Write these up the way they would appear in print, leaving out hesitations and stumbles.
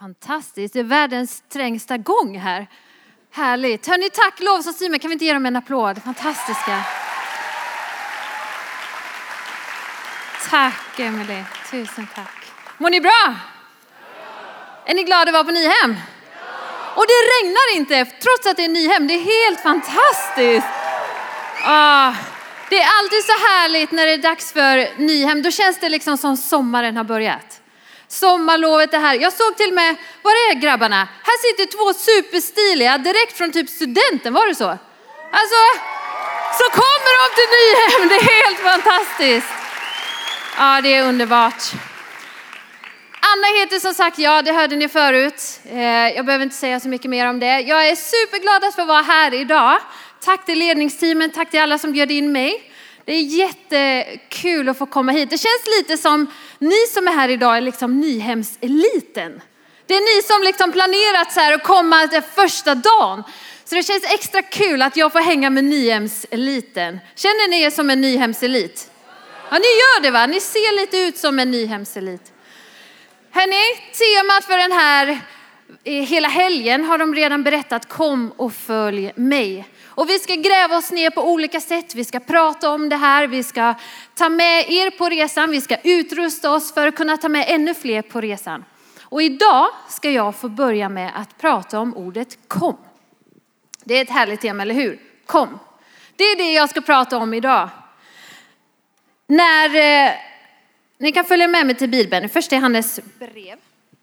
Fantastiskt, det är världens trängsta gång här. Härligt. Hörrni, tack lovsångsteamet. Kan vi inte ge dem en applåd? Fantastiska. Tack Emily, tusen tack. Mår ni bra? Är ni glada att vara på Nyhem? Och det regnar inte trots att det är Nyhem. Det är helt fantastiskt. Det är alltid så härligt när det är dags för Nyhem. Då känns det liksom som sommaren har börjat. Sommarlovet är här. Jag såg till och med, var är grabbarna? Här sitter två superstiliga direkt från typ studenten, var det så? Alltså, så kommer de till Nyhem. Det är helt fantastiskt. Ja, det är underbart. Anna heter som sagt, ja det hörde ni förut. Jag behöver inte säga så mycket mer om det. Jag är superglad att få vara här idag. Tack till ledningsteamen, tack till alla som bjöd in mig. Det är jättekul att få komma hit. Det känns lite som ni som är här idag är liksom Nyhemseliten. Det är ni som liksom planerat så här att komma den första dagen. Så det känns extra kul att jag får hänga med Nyhemseliten. Känner ni er som en Nyhemselit? Ja, ni gör det va? Ni ser lite ut som en Nyhemselit. Hörrni, temat för den här hela helgen har de redan berättat. Kom och följ mig. Och vi ska gräva oss ner på olika sätt. Vi ska prata om det här. Vi ska ta med er på resan. Vi ska utrusta oss för att kunna ta med ännu fler på resan. Och idag ska jag få börja med att prata om ordet kom. Det är ett härligt tema, eller hur? Kom. Det är det jag ska prata om idag. Ni kan följa med mig till Bibeln. Första Johannes brev.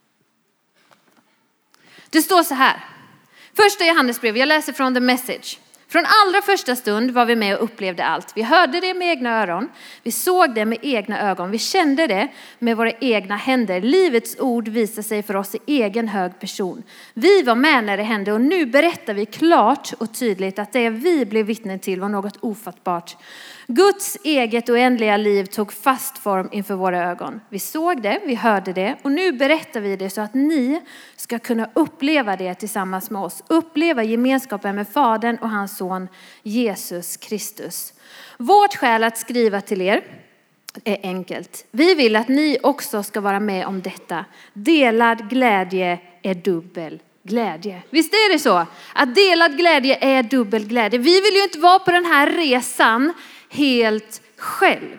Det står så här. Första Johannes brev. Jag läser från The Message. Från allra första stund var vi med och upplevde allt. Vi hörde det med egna öron. Vi såg det med egna ögon. Vi kände det med våra egna händer. Livets ord visade sig för oss i egen hög person. Vi var med när det hände och nu berättar vi klart och tydligt att det vi blev vittnen till var något ofattbart. Guds eget oändliga liv tog fast form inför våra ögon. Vi såg det, vi hörde det och nu berättar vi det så att ni ska kunna uppleva det tillsammans med oss. Uppleva gemenskapen med Fadern och hans son Jesus Kristus. Vårt skäl att skriva till er är enkelt. Vi vill att ni också ska vara med om detta. Delad glädje är dubbel glädje. Visst är det så? Att delad glädje är dubbel glädje. Vi vill ju inte vara på den här resan helt själv.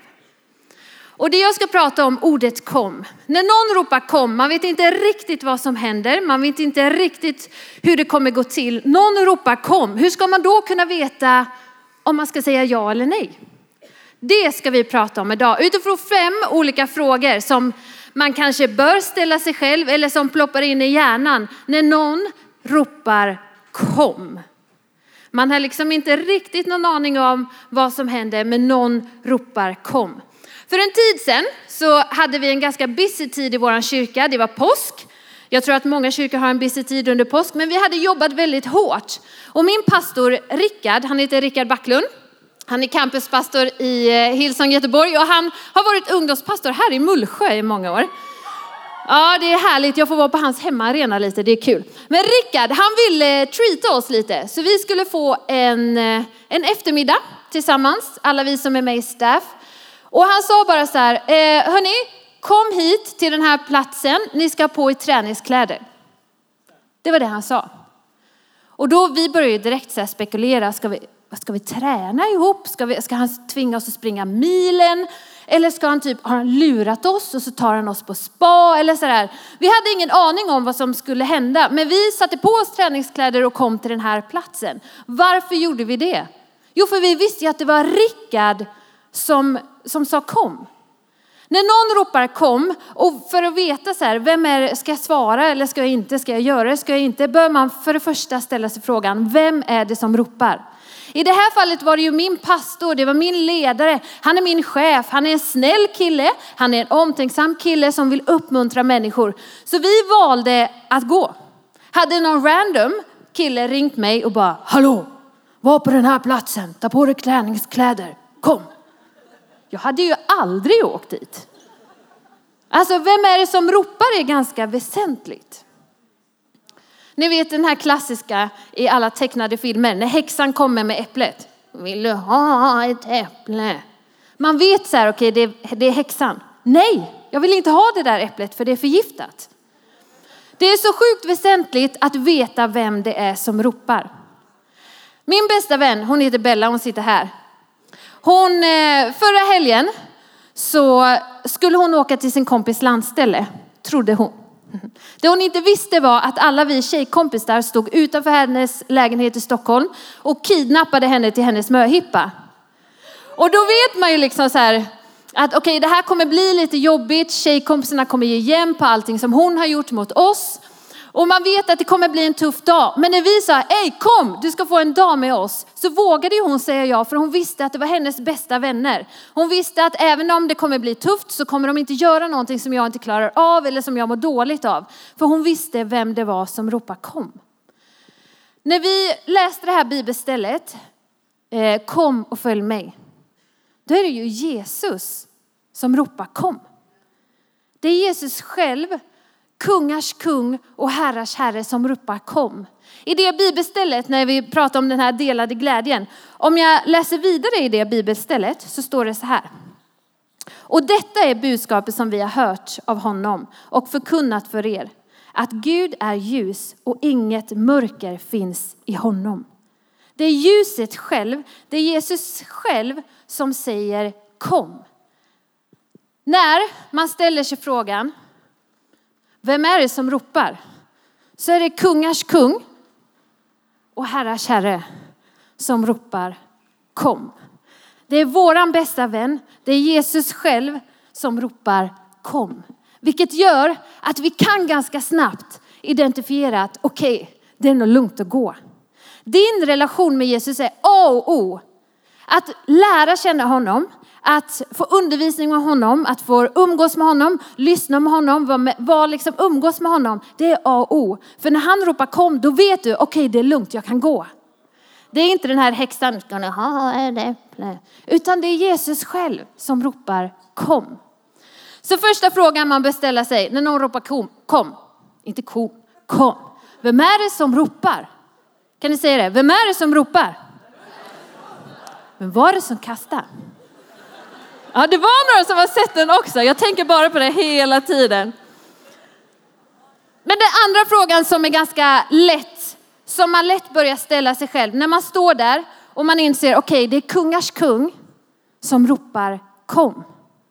Och det jag ska prata om, ordet kom. När någon ropar kom, man vet inte riktigt vad som händer. Man vet inte riktigt hur det kommer gå till. Någon ropar kom. Hur ska man då kunna veta om man ska säga ja eller nej? Det ska vi prata om idag. Utifrån 5 olika frågor som man kanske bör ställa sig själv. Eller som ploppar in i hjärnan när någon ropar kom. Man har liksom inte riktigt någon aning om vad som händer, men någon ropar kom. För en tid sedan så hade vi en ganska busy tid i vår kyrka. Det var påsk. Jag tror att många kyrkor har en busy tid under påsk, men vi hade jobbat väldigt hårt. Och min pastor Rickard, han heter Rickard Backlund. Han är campuspastor i Hillsong Göteborg och han har varit ungdomspastor här i Mullsjö i många år. Ja, det är härligt. Jag får vara på hans hemmaarena lite. Det är kul. Men Rickard, han ville treata oss lite. Så vi skulle få en eftermiddag tillsammans. Alla vi som är med i staff. Och han sa bara så här. Hörni, kom hit till den här platsen. Ni ska på i träningskläder. Det var det han sa. Och då vi började direkt så här spekulera. Ska vi träna ihop? Ska han tvinga oss att springa milen? Eller ska har han lurat oss och så tar han oss på spa eller sådär. Vi hade ingen aning om vad som skulle hända. Men vi satte på oss träningskläder och kom till den här platsen. Varför gjorde vi det? Jo, för vi visste ju att det var Rickard som sa kom. När någon ropar kom och för att veta så här, ska jag svara eller ska jag inte? Ska jag göra det? Ska jag inte? Bör man för det första ställa sig frågan, vem är det som ropar? I det här fallet var det ju min pastor, det var min ledare. Han är min chef, han är en snäll kille. Han är en omtänksam kille som vill uppmuntra människor. Så vi valde att gå. Hade någon random kille ringt mig och bara, hallå, var på den här platsen, ta på dig träningskläder, kom. Jag hade ju aldrig åkt dit. Alltså vem är det som ropar är ganska väsentligt. Ni vet den här klassiska i alla tecknade filmer. När häxan kommer med äpplet. Vill du ha ett äpple? Man vet så här, okej, det är häxan. Nej, jag vill inte ha det där äpplet för det är förgiftat. Det är så sjukt väsentligt att veta vem det är som ropar. Min bästa vän, hon heter Bella, hon sitter här. Förra helgen så skulle hon åka till sin kompis landställe, trodde hon. Det hon inte visste var att alla vi tjejkompisar stod utanför hennes lägenhet i Stockholm och kidnappade henne till hennes möhippa. Och då vet man ju liksom så här att okej, det här kommer bli lite jobbigt. Tjejkompisarna kommer ge igen på allting som hon har gjort mot oss. Och man vet att det kommer bli en tuff dag. Men när vi sa, ej kom, du ska få en dag med oss. Så vågade ju hon säga ja, för hon visste att det var hennes bästa vänner. Hon visste att även om det kommer bli tufft så kommer de inte göra någonting som jag inte klarar av eller som jag mår dåligt av. För hon visste vem det var som ropade kom. När vi läste det här bibelstället, kom och följ mig. Då är det ju Jesus som ropar kom. Det är Jesus själv, kungars kung och herrars herre, som ropar kom. I det bibelstället, när vi pratar om den här delade glädjen. Om jag läser vidare i det bibelstället så står det så här. Och detta är budskapet som vi har hört av honom och förkunnat för er. Att Gud är ljus och inget mörker finns i honom. Det är ljuset själv, det är Jesus själv som säger kom. När man ställer sig frågan, vem är det som ropar? Så är det kungars kung och herrars herre som ropar kom. Det är våran bästa vän, det är Jesus själv som ropar kom. Vilket gör att vi kan ganska snabbt identifiera att okej, det är nog lugnt att gå. Din relation med Jesus är A och O. Att lära känna honom, att få undervisning med honom, att få umgås med honom, lyssna med honom, liksom umgås med honom. Det är A och O. För när han ropar kom, då vet du, okej, det är lugnt, jag kan gå. Det är inte den här häxan, utan det är Jesus själv som ropar kom. Så första frågan man bör ställa sig när någon ropar kom. Inte kom. Vem är det som ropar? Kan ni säga det? Vem är det som ropar? Men var det som kastade? Ja, det var några som har sett den också. Jag tänker bara på det hela tiden. Men den andra frågan som är ganska lätt, som man lätt börjar ställa sig själv. När man står där och man inser, okej, det är kungars kung som ropar kom.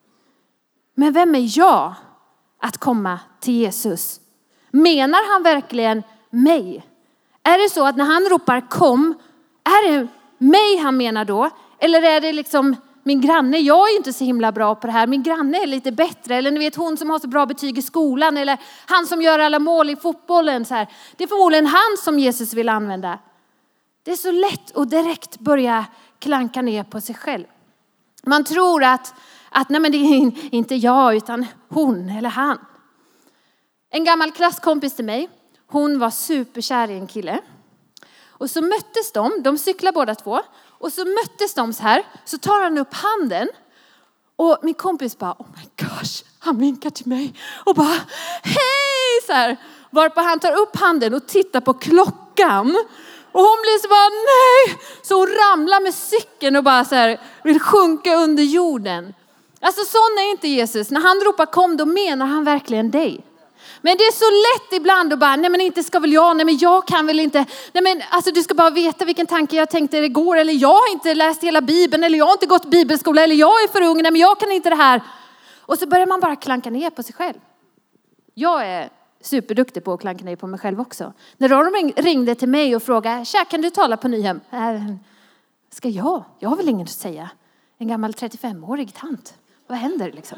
Men vem är jag att komma till Jesus? Menar han verkligen mig? Är det så att när han ropar kom, är det mig han menar då? Eller är det liksom min granne? Jag är inte så himla bra på det här. Min granne är lite bättre. Eller ni vet, hon som har så bra betyg i skolan. Eller han som gör alla mål i fotbollen. Så här. Det är förmodligen han som Jesus vill använda. Det är så lätt att direkt börja klanka ner på sig själv. Man tror att nej, men det är inte jag utan hon eller han. En gammal klasskompis till mig. Hon var superkär i en kille. Och så möttes de cyklar båda två. Och så möttes de så här. Så tar han upp handen. Och min kompis bara, oh my gosh. Han vinkar till mig. Och bara, hej! Så här. Varpå han tar upp handen och tittar på klockan. Och hon blir så bara, nej! Så hon ramlar med cykeln och bara så här, vill sjunka under jorden. Alltså sån är inte Jesus. När han ropar kom, då menar han verkligen dig. Men det är så lätt ibland att bara, nej men inte ska väl jag, nej men jag kan väl inte. Nej men alltså du ska bara veta vilken tanke jag tänkte igår. Eller jag har inte läst hela Bibeln, eller jag har inte gått bibelskola, eller jag är för ung, nej men jag kan inte det här. Och så börjar man bara klanka ner på sig själv. Jag är superduktig på att klanka ner på mig själv också. När de ringde till mig och frågade, tja, kan du tala på Nyhem? Ska jag? Jag har väl ingen att säga. En gammal 35-årig tant. Vad händer liksom?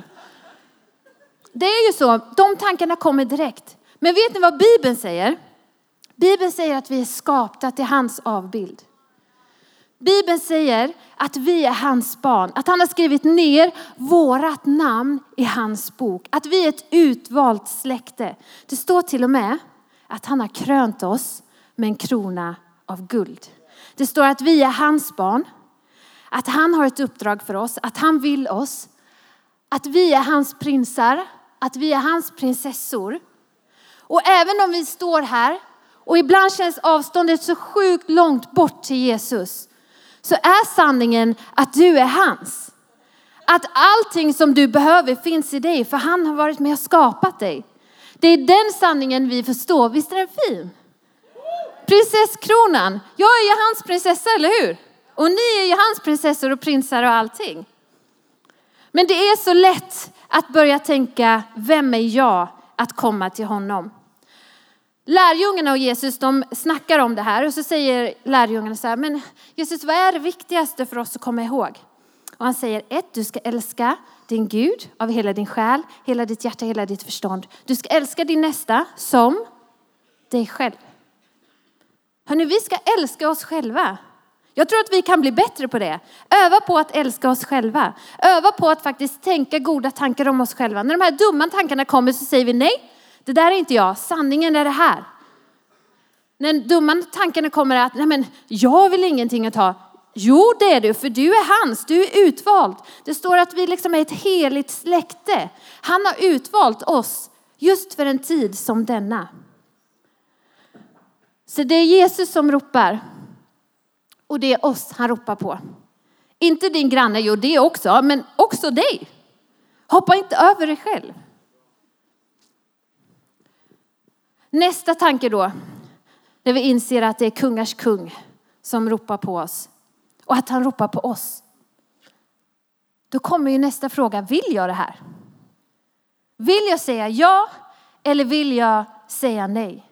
Det är ju så, de tankarna kommer direkt. Men vet ni vad Bibeln säger? Bibeln säger att vi är skapta till hans avbild. Bibeln säger att vi är hans barn. Att han har skrivit ner vårat namn i hans bok. Att vi är ett utvalt släkte. Det står till och med att han har krönt oss med en krona av guld. Det står att vi är hans barn. Att han har ett uppdrag för oss. Att han vill oss. Att vi är hans prinsar. Att vi är hans prinsessor. Och även om vi står här. Och ibland känns avståndet så sjukt långt bort till Jesus. Så är sanningen att du är hans. Att allting som du behöver finns i dig. För han har varit med och skapat dig. Det är den sanningen vi förstår. Visst är den fin? Prinsesskronan. Jag är ju hans prinsessa, eller hur? Och ni är ju hans prinsessor och prinsar och allting. Men det är så lätt att börja tänka, vem är jag att komma till honom? Lärjungarna och Jesus, de snackar om det här. Och så säger lärjungarna så här, men Jesus, vad är det viktigaste för oss att komma ihåg? Och han säger, 1, du ska älska din Gud av hela din själ, hela ditt hjärta, hela ditt förstånd. Du ska älska din nästa som dig själv. Hörrni, vi ska älska oss själva. Jag tror att vi kan bli bättre på det. Öva på att älska oss själva. Öva på att faktiskt tänka goda tankar om oss själva. När de här dumma tankarna kommer så säger vi nej. Det där är inte jag. Sanningen är det här. När dumma tankarna kommer att nej men jag vill ingenting att ha. Jo det är du, för du är hans. Du är utvald. Det står att vi liksom är ett heligt släkte. Han har utvalt oss just för en tid som denna. Så det är Jesus som ropar. Och det är oss han ropar på. Inte din granne, jo det också, men också dig. Hoppa inte över dig själv. Nästa tanke då. Där vi inser att det är kungars kung som ropar på oss. Och att han ropar på oss. Då kommer ju nästa fråga, vill jag det här? Vill jag säga ja eller vill jag säga nej?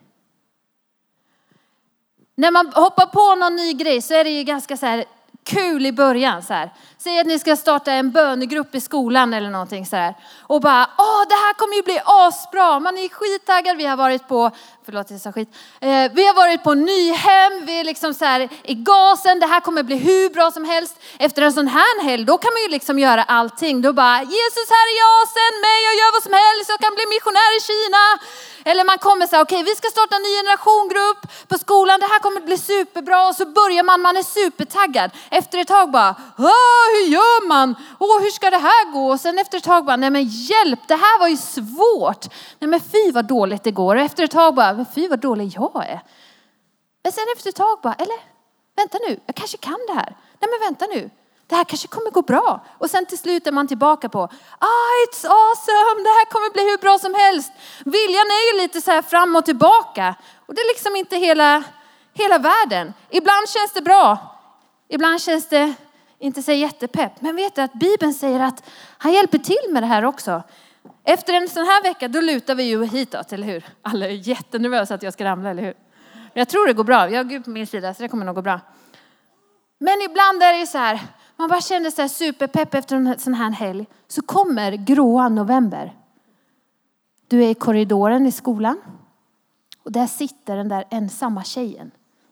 När man hoppar på någon ny grej så är det ju ganska så här kul i början. Så här. Säg att ni ska starta en bönegrupp i skolan eller någonting så här. Och bara, det här kommer ju bli asbra. Man är skittaggad. Vi har varit på, förlåt jag sa skit. Vi har varit på Nyhem. Vi är liksom så här i gasen. Det här kommer bli hur bra som helst. Efter en sån här helg, då kan man ju liksom göra allting. Då bara, Jesus här är jag, sänd mig, jag gör vad som helst. Jag kan bli missionär i Kina. Eller man kommer så här, okej, vi ska starta en ny generationgrupp på skolan. Det här kommer bli superbra. Och så börjar man är supertaggad. Efter ett tag bara, hur gör man? Hur ska det här gå? Och sen efter ett tag bara, nej men hjälp, det här var ju svårt. Nej men fy vad dåligt det går. Och efter ett tag bara, fy vad dålig jag är. Men sen efter ett tag bara, eller vänta nu, jag kanske kan det här. Nej men vänta nu. Det här kanske kommer gå bra. Och sen till slut är man tillbaka på, it's awesome, det här kommer bli hur bra som helst. Viljan är ju lite så här fram och tillbaka. Och det är liksom inte hela världen. Ibland känns det bra. Ibland känns det inte så jättepepp. Men vet du att Bibeln säger att han hjälper till med det här också. Efter en sån här vecka, då lutar vi ju hitåt, eller hur? Alla är jättenervösa att jag ska ramla, eller hur? Jag tror det går bra. Jag har Gud på min sida, så det kommer nog gå bra. Men ibland är det så här, man bara känner sig superpepp efter en sån här helg. Så kommer gråa november. Du är i korridoren i skolan. Och där sitter den där ensamma tjejen.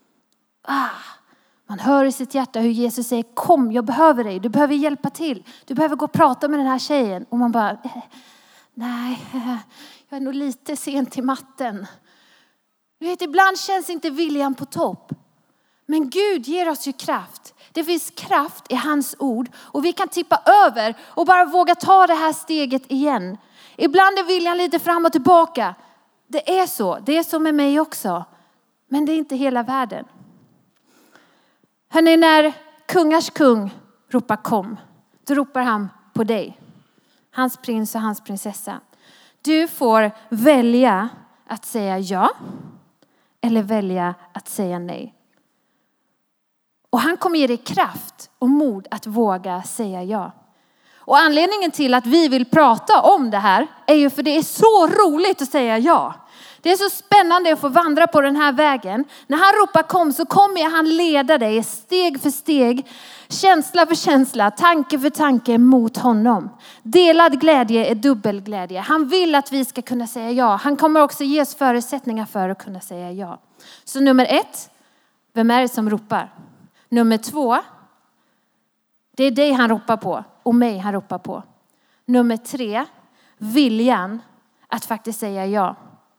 Man hör i sitt hjärta hur Jesus säger, kom, jag behöver dig. Du behöver hjälpa till. Du behöver gå och prata med den här tjejen. Och man bara, nej, jag är nog lite sent till matten. Du vet, ibland känns inte viljan på topp. Men Gud ger oss ju kraft. Det finns kraft i hans ord. Och vi kan tippa över och bara våga ta det här steget igen. Ibland är viljan lite fram och tillbaka. Det är så. Det är så med mig också. Men det är inte hela världen. Hörrni, när kungars kung ropar kom, då ropar han på dig. Hans prins och hans prinsessa. Du får välja att säga ja eller välja att säga nej. Och han kommer ge dig kraft och mod att våga säga ja. Och anledningen till att vi vill prata om det här är ju för det är så roligt att säga ja. Det är så spännande att få vandra på den här vägen. När han ropar kom så kommer han leda dig steg för steg, känsla för känsla, tanke för tanke mot honom. Delad glädje är dubbel glädje. Han vill att vi ska kunna säga ja. Han kommer också ge oss förutsättningar för att kunna säga ja. Så nummer 1, vem är det som ropar? Nummer 2, det är dig han ropar på och mig han ropar på. Nummer 3, viljan att faktiskt säga ja.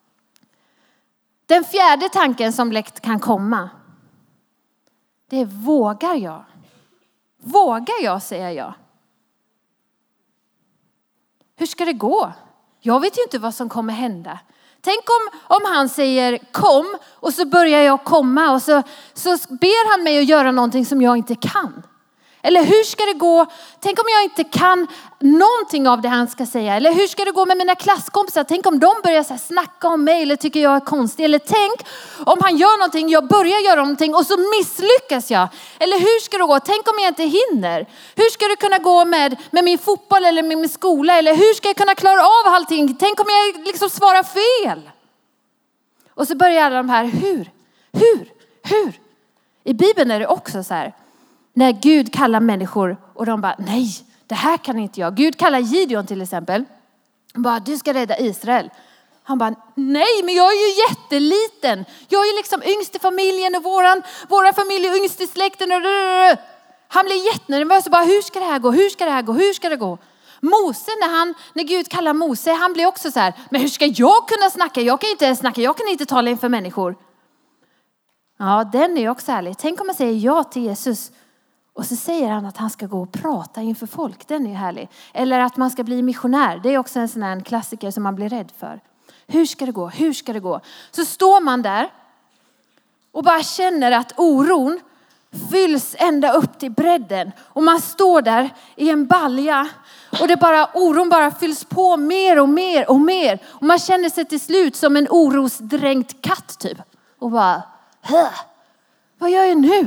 Den fjärde tanken som lätt kan komma, det är vågar jag? Vågar jag säga ja? Hur ska det gå? Jag vet ju inte vad som kommer hända. Tänk om han säger kom och så börjar jag komma och så ber han mig att göra någonting som jag inte kan. Eller hur ska det gå? Tänk om jag inte kan någonting av det han ska säga. Eller hur ska det gå med mina klasskompisar? Tänk om de börjar så här snacka om mig eller tycker jag är konstig. Eller tänk om han gör någonting, jag börjar göra någonting och så misslyckas jag. Eller hur ska det gå? Tänk om jag inte hinner. Hur ska det kunna gå med min fotboll eller med min skola? Eller hur ska jag kunna klara av allting? Tänk om jag liksom svarar fel. Och så börjar alla de här, hur? I Bibeln är det också så här. När Gud kallar människor och de bara, nej, det här kan inte jag. Gud kallar Gideon till exempel. Han bara, du ska rädda Israel. Han bara, nej, men jag är ju jätteliten. Jag är liksom yngst i familjen och våra familj är yngst i släkten. Han blir jättenervös och bara, hur ska det här gå? Hur ska det gå? Mose, när Gud kallar Mose, han blir också så här, men hur ska jag kunna snacka? Jag kan inte snacka, jag kan inte tala inför människor. Ja, den är ju också ärlig. Tänk om man säger ja till Jesus och så säger han att han ska gå och prata inför folk. Den är ju härlig. Eller att man ska bli missionär. Det är också en sån här klassiker som man blir rädd för. Hur ska det gå? Så står man där och bara känner att oron fylls ända upp till bredden. Och man står där i en balja och oron bara fylls på mer och mer och mer. Och man känner sig till slut som en orosdränkt katt typ. Och bara, vad gör jag nu?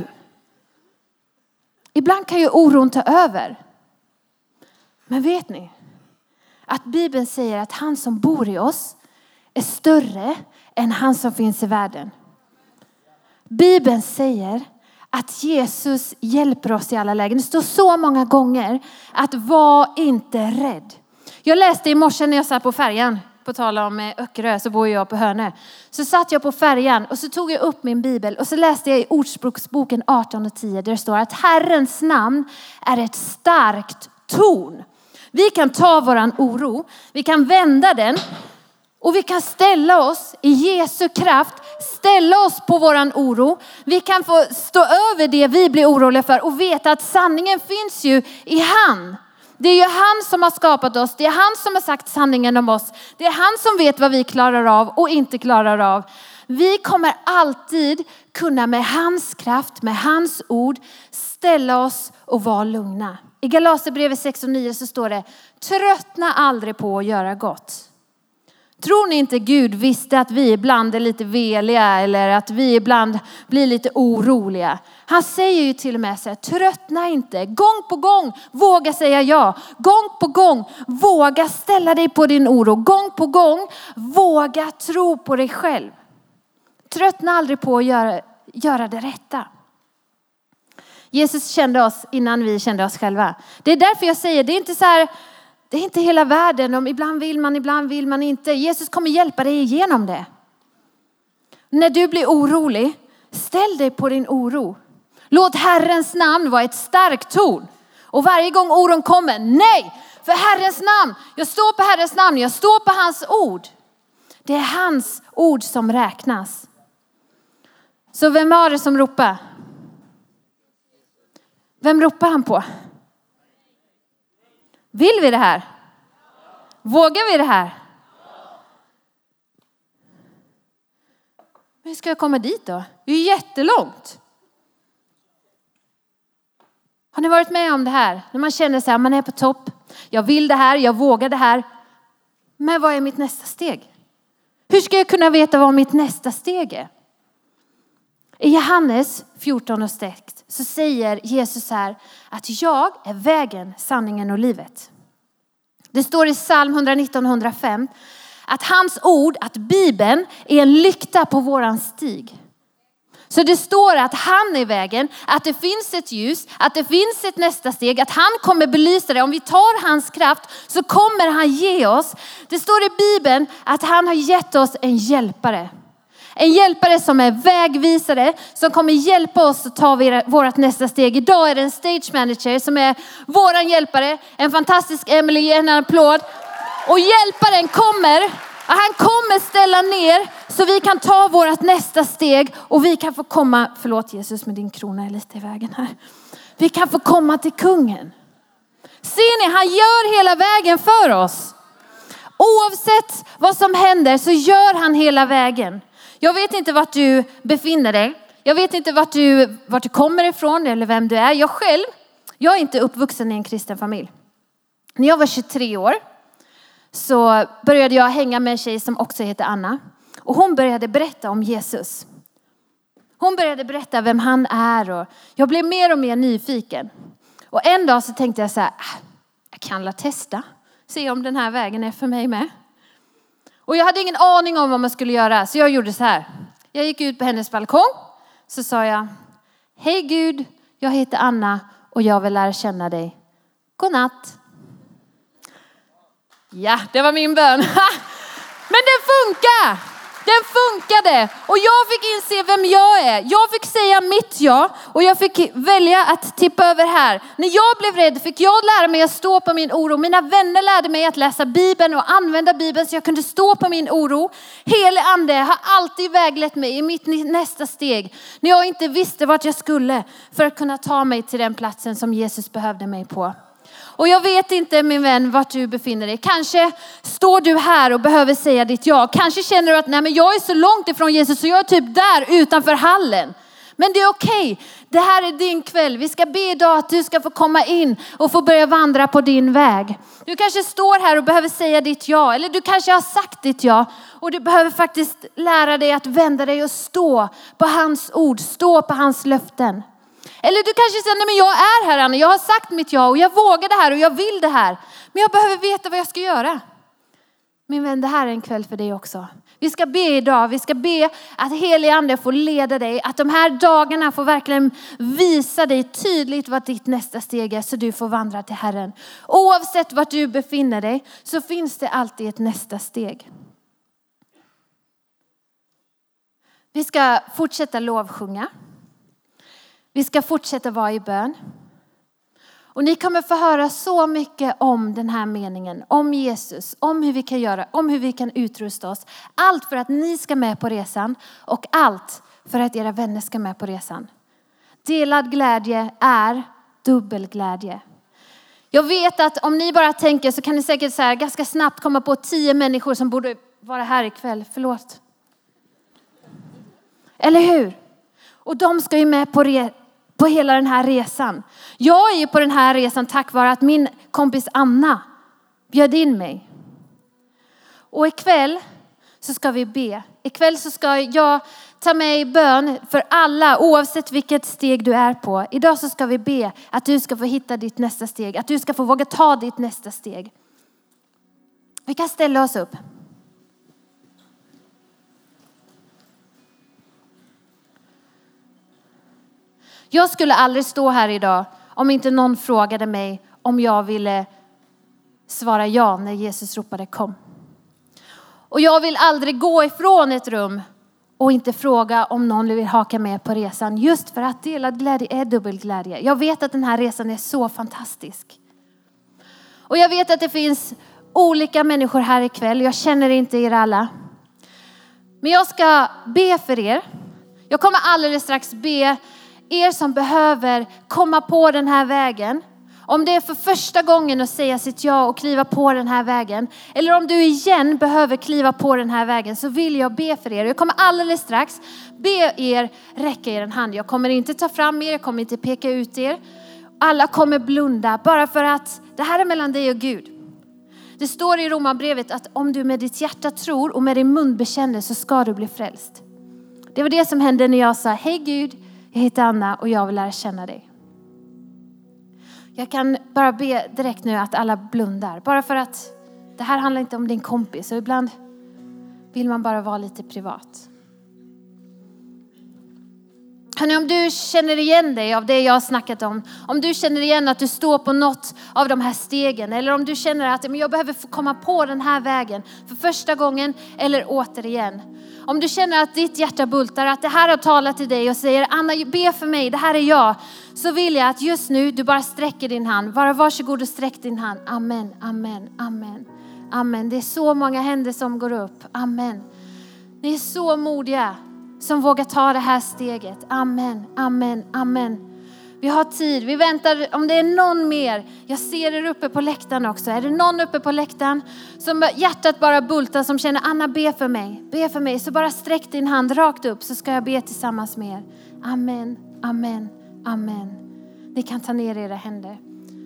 Ibland kan ju oron ta över. Men vet ni? Att Bibeln säger att han som bor i oss är större än han som finns i världen. Bibeln säger att Jesus hjälper oss i alla lägen. Det står så många gånger att var inte rädd. Jag läste i morse när jag satt på färjan. På tal om Öckerö så bor jag på Hönö. Så satt jag på färjan och så tog jag upp min bibel. Och så läste jag i Ordspråksboken 18:10. Där det står att Herrens namn är ett starkt torn. Vi kan ta våran oro. Vi kan vända den. Och vi kan ställa oss i Jesu kraft. Ställa oss på våran oro. Vi kan få stå över det vi blir oroliga för. Och veta att sanningen finns ju i han. Det är ju han som har skapat oss. Det är han som har sagt sanningen om oss. Det är han som vet vad vi klarar av och inte klarar av. Vi kommer alltid kunna med hans kraft, med hans ord ställa oss och vara lugna. I Galaterbrevet 6:9 så står det: tröttna aldrig på att göra gott. Tror ni inte Gud visste att vi ibland är lite veliga eller att vi ibland blir lite oroliga? Han säger ju till och med så här, tröttna inte. Gång på gång våga säga ja. Gång på gång våga ställa dig på din oro. Gång på gång våga tro på dig själv. Tröttna aldrig på att göra det rätta. Jesus kände oss innan vi kände oss själva. Det är därför jag säger, det är inte så här... Det är inte hela världen. Ibland vill man inte. Jesus kommer hjälpa dig igenom det. När du blir orolig, ställ dig på din oro. Låt Herrens namn vara ett starkt torn. Och varje gång oron kommer, nej, för Herrens namn. Jag står på Herrens namn, jag står på hans ord. Det är hans ord som räknas. Så vem var det som ropade? Vem ropar han på? Vill vi det här? Vågar vi det här? Hur ska jag komma dit då? Det är jättelångt. Har ni varit med om det här? När man känner sig att man är på topp. Jag vill det här, jag vågar det här. Men vad är mitt nästa steg? Hur ska jag kunna veta vad mitt nästa steg är? I Johannes 14:6 så säger Jesus här att jag är vägen, sanningen och livet. Det står i psalm 119:105 att hans ord, att Bibeln är en lykta på våran stig. Så det står att han är vägen, att det finns ett ljus, att det finns ett nästa steg, att han kommer belysa det. Om vi tar hans kraft så kommer han ge oss. Det står i Bibeln att han har gett oss en hjälpare. En hjälpare som är vägvisare, som kommer hjälpa oss att ta vårt nästa steg. Idag är det en stage manager som är våran hjälpare. En fantastisk Emily, en applåd. Och hjälparen han kommer ställa ner så vi kan ta vårt nästa steg. Och vi kan få komma, förlåt Jesus med din krona är lite i vägen här. Vi kan få komma till kungen. Ser ni, han gör hela vägen för oss. Oavsett vad som händer så gör han hela vägen. Jag vet inte vart du befinner dig. Jag vet inte vart du kommer ifrån eller vem du är. Jag själv Jag är inte uppvuxen i en kristen familj. När jag var 23 år så började jag hänga med en tjej som också heter Anna. Och hon började berätta om Jesus. Hon började berätta vem han är och jag blev mer och mer nyfiken. Och en dag så tänkte jag så här, jag kan la testa. Se om den här vägen är för mig med. Och jag hade ingen aning om vad man skulle göra. Så jag gjorde så här. Jag gick ut på hennes balkong. Så sa jag, hej Gud, jag heter Anna och jag vill lära känna dig. Godnatt. Ja, det var min bön. Men det funkar. Den funkade. Och jag fick inse vem jag är. Jag fick säga mitt ja. Och jag fick välja att tippa över här. När jag blev rädd fick jag lära mig att stå på min oro. Mina vänner lärde mig att läsa Bibeln och använda Bibeln så jag kunde stå på min oro. Helig ande har alltid väglett mig i mitt nästa steg. När jag inte visste vart jag skulle för att kunna ta mig till den platsen som Jesus behövde mig på. Och jag vet inte, min vän, vart du befinner dig. Kanske står du här och behöver säga ditt ja. Kanske känner du att nej, men jag är så långt ifrån Jesus så jag är typ där utanför hallen. Men det är okej. Det här är din kväll. Vi ska be idag att du ska få komma in och få börja vandra på din väg. Du kanske står här och behöver säga ditt ja. Eller du kanske har sagt ditt ja. Och du behöver faktiskt lära dig att vända dig och stå på hans ord. Stå på hans löften. Eller du kanske säger, nej men jag är här Anna, jag har sagt mitt ja och jag vågar det här och jag vill det här. Men jag behöver veta vad jag ska göra. Min vän, det här är en kväll för dig också. Vi ska be idag, vi ska be att helig ande får leda dig. Att de här dagarna får verkligen visa dig tydligt vad ditt nästa steg är så du får vandra till Herren. Oavsett vart du befinner dig så finns det alltid ett nästa steg. Vi ska fortsätta lovsjunga. Vi ska fortsätta vara i bön. Och ni kommer få höra så mycket om den här meningen. Om Jesus. Om hur vi kan göra. Om hur vi kan utrusta oss. Allt för att ni ska med på resan. Och allt för att era vänner ska med på resan. Delad glädje är dubbel glädje. Jag vet att om ni bara tänker så kan ni säkert så här ganska snabbt komma på 10 människor som borde vara här ikväll. Förlåt. Eller hur? Och de ska ju med på hela den här resan. Jag är ju på den här resan tack vare att min kompis Anna bjöd in mig. Och ikväll så ska vi be. Ikväll så ska jag ta med i bön för alla oavsett vilket steg du är på. Idag så ska vi be att du ska få hitta ditt nästa steg. Att du ska få våga ta ditt nästa steg. Vi kan ställa oss upp. Jag skulle aldrig stå här idag om inte någon frågade mig om jag ville svara ja när Jesus ropade kom. Och jag vill aldrig gå ifrån ett rum och inte fråga om någon vill haka med på resan. Just för att delad glädje är dubbel glädje. Jag vet att den här resan är så fantastisk. Och jag vet att det finns olika människor här ikväll. Jag känner inte er alla. Men jag ska be för er. Jag kommer alldeles strax be er som behöver komma på den här vägen. Om det är för första gången att säga sitt ja och kliva på den här vägen. Eller om du igen behöver kliva på den här vägen så vill jag be för er. Jag kommer alldeles strax be er räcka er en hand. Jag kommer inte ta fram er, jag kommer inte peka ut er. Alla kommer blunda bara för att det här är mellan dig och Gud. Det står i Romarbrevet att om du med ditt hjärta tror och med din mun bekänner så ska du bli frälst. Det var det som hände när jag sa hej Gud, jag heter Anna och jag vill lära känna dig. Jag kan bara be direkt nu att alla blundar. Bara för att det här handlar inte om din kompis. Och ibland vill man bara vara lite privat. Hörrni, om du känner igen dig av det jag har snackat om. Om du känner igen att du står på något av de här stegen. Eller om du känner att jag behöver få komma på den här vägen. För första gången eller återigen. Om du känner att ditt hjärta bultar. Att det här har talat till dig och säger Anna be för mig, det här är jag. Så vill jag att just nu du bara sträcker din hand. Bara varsågod och sträck din hand. Amen, amen, amen. Amen. Det är så många händer som går upp. Amen. Ni är så modiga som vågar ta det här steget. Amen, amen, amen. Vi har tid. Vi väntar om det är någon mer. Jag ser er uppe på läktaren också. Är det någon uppe på läktaren som hjärtat bara bultar som känner Anna be för mig. Be för mig. Så bara sträck din hand rakt upp så ska jag be tillsammans med er. Amen, amen, amen. Ni kan ta ner era händer.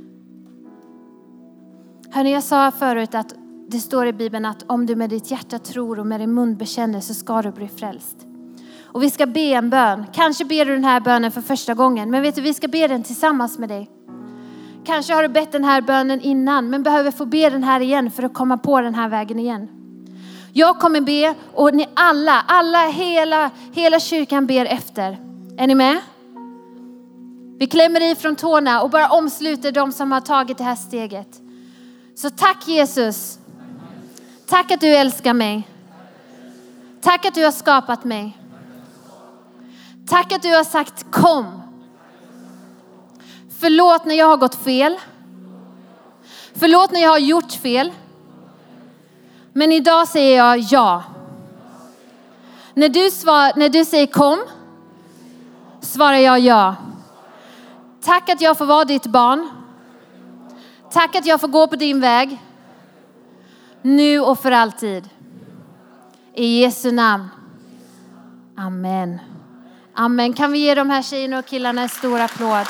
Hörrni, jag sa förut att det står i Bibeln att om du med ditt hjärta tror och med din mun bekänner så ska du bli frälst. Och vi ska be en bön. Kanske ber du den här bönen för första gången. Men vet du, vi ska be den tillsammans med dig. Kanske har du bett den här bönen innan. Men behöver få be den här igen för att komma på den här vägen igen. Jag kommer be och ni alla, hela kyrkan ber efter. Är ni med? Vi klämmer i från tårna och bara omsluter de som har tagit det här steget. Så tack Jesus. Tack att du älskar mig. Tack att du har skapat mig. Tack att du har sagt kom. Förlåt när jag har gått fel. Förlåt när jag har gjort fel. Men idag säger jag ja. När du säger kom, svarar jag ja. Tack att jag får vara ditt barn. Tack att jag får gå på din väg. Nu och för alltid. I Jesu namn. Amen. Amen. Kan vi ge de här tjejerna och killarna en stor applåd?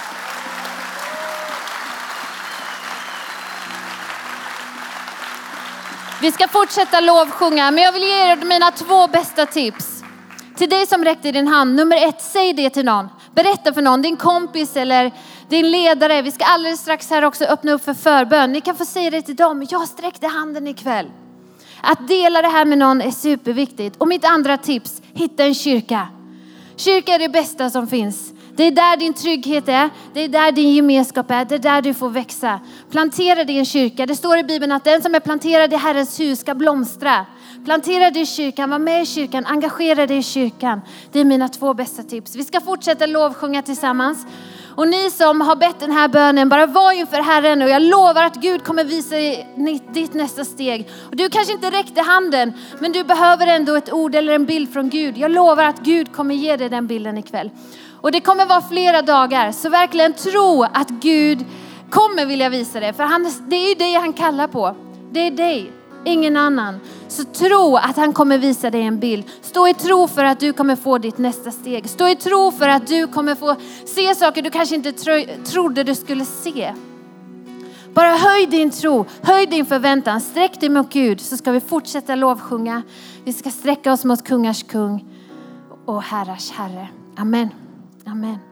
Vi ska fortsätta lovsjunga, men jag vill ge er mina 2 bästa tips. Till dig som räckte din hand. Nummer 1, säg det till någon. Berätta för någon, din kompis eller din ledare. Vi ska alldeles strax här också öppna upp för förbön. Ni kan få säga det till dem. Jag sträckte handen ikväll. Att dela det här med någon är superviktigt. Och mitt andra tips, hitta en kyrka. Kyrka är det bästa som finns. Det är där din trygghet är. Det är där din gemenskap är. Det är där du får växa. Plantera dig i en kyrka. Det står i Bibeln att den som är planterad i Herrens hus ska blomstra. Plantera dig i kyrkan. Var med i kyrkan. Engagera dig i kyrkan. Det är mina 2 bästa tips. Vi ska fortsätta lovsjunga tillsammans. Och ni som har bett den här bönen, bara var inför Herren. Och jag lovar att Gud kommer visa ditt nästa steg. Och du kanske inte räckte handen, men du behöver ändå ett ord eller en bild från Gud. Jag lovar att Gud kommer ge dig den bilden ikväll. Och det kommer vara flera dagar. Så verkligen tro att Gud kommer vilja visa det. För det är ju dig han kallar på. Det är dig, ingen annan. Så tro att han kommer visa dig en bild. Stå i tro för att du kommer få ditt nästa steg. Stå i tro för att du kommer få se saker du kanske inte trodde du skulle se. Bara höj din tro, höj din förväntan. Sträck dig mot Gud, så ska vi fortsätta lovsjunga. Vi ska sträcka oss mot kungars kung och herrars herre. Amen. Amen.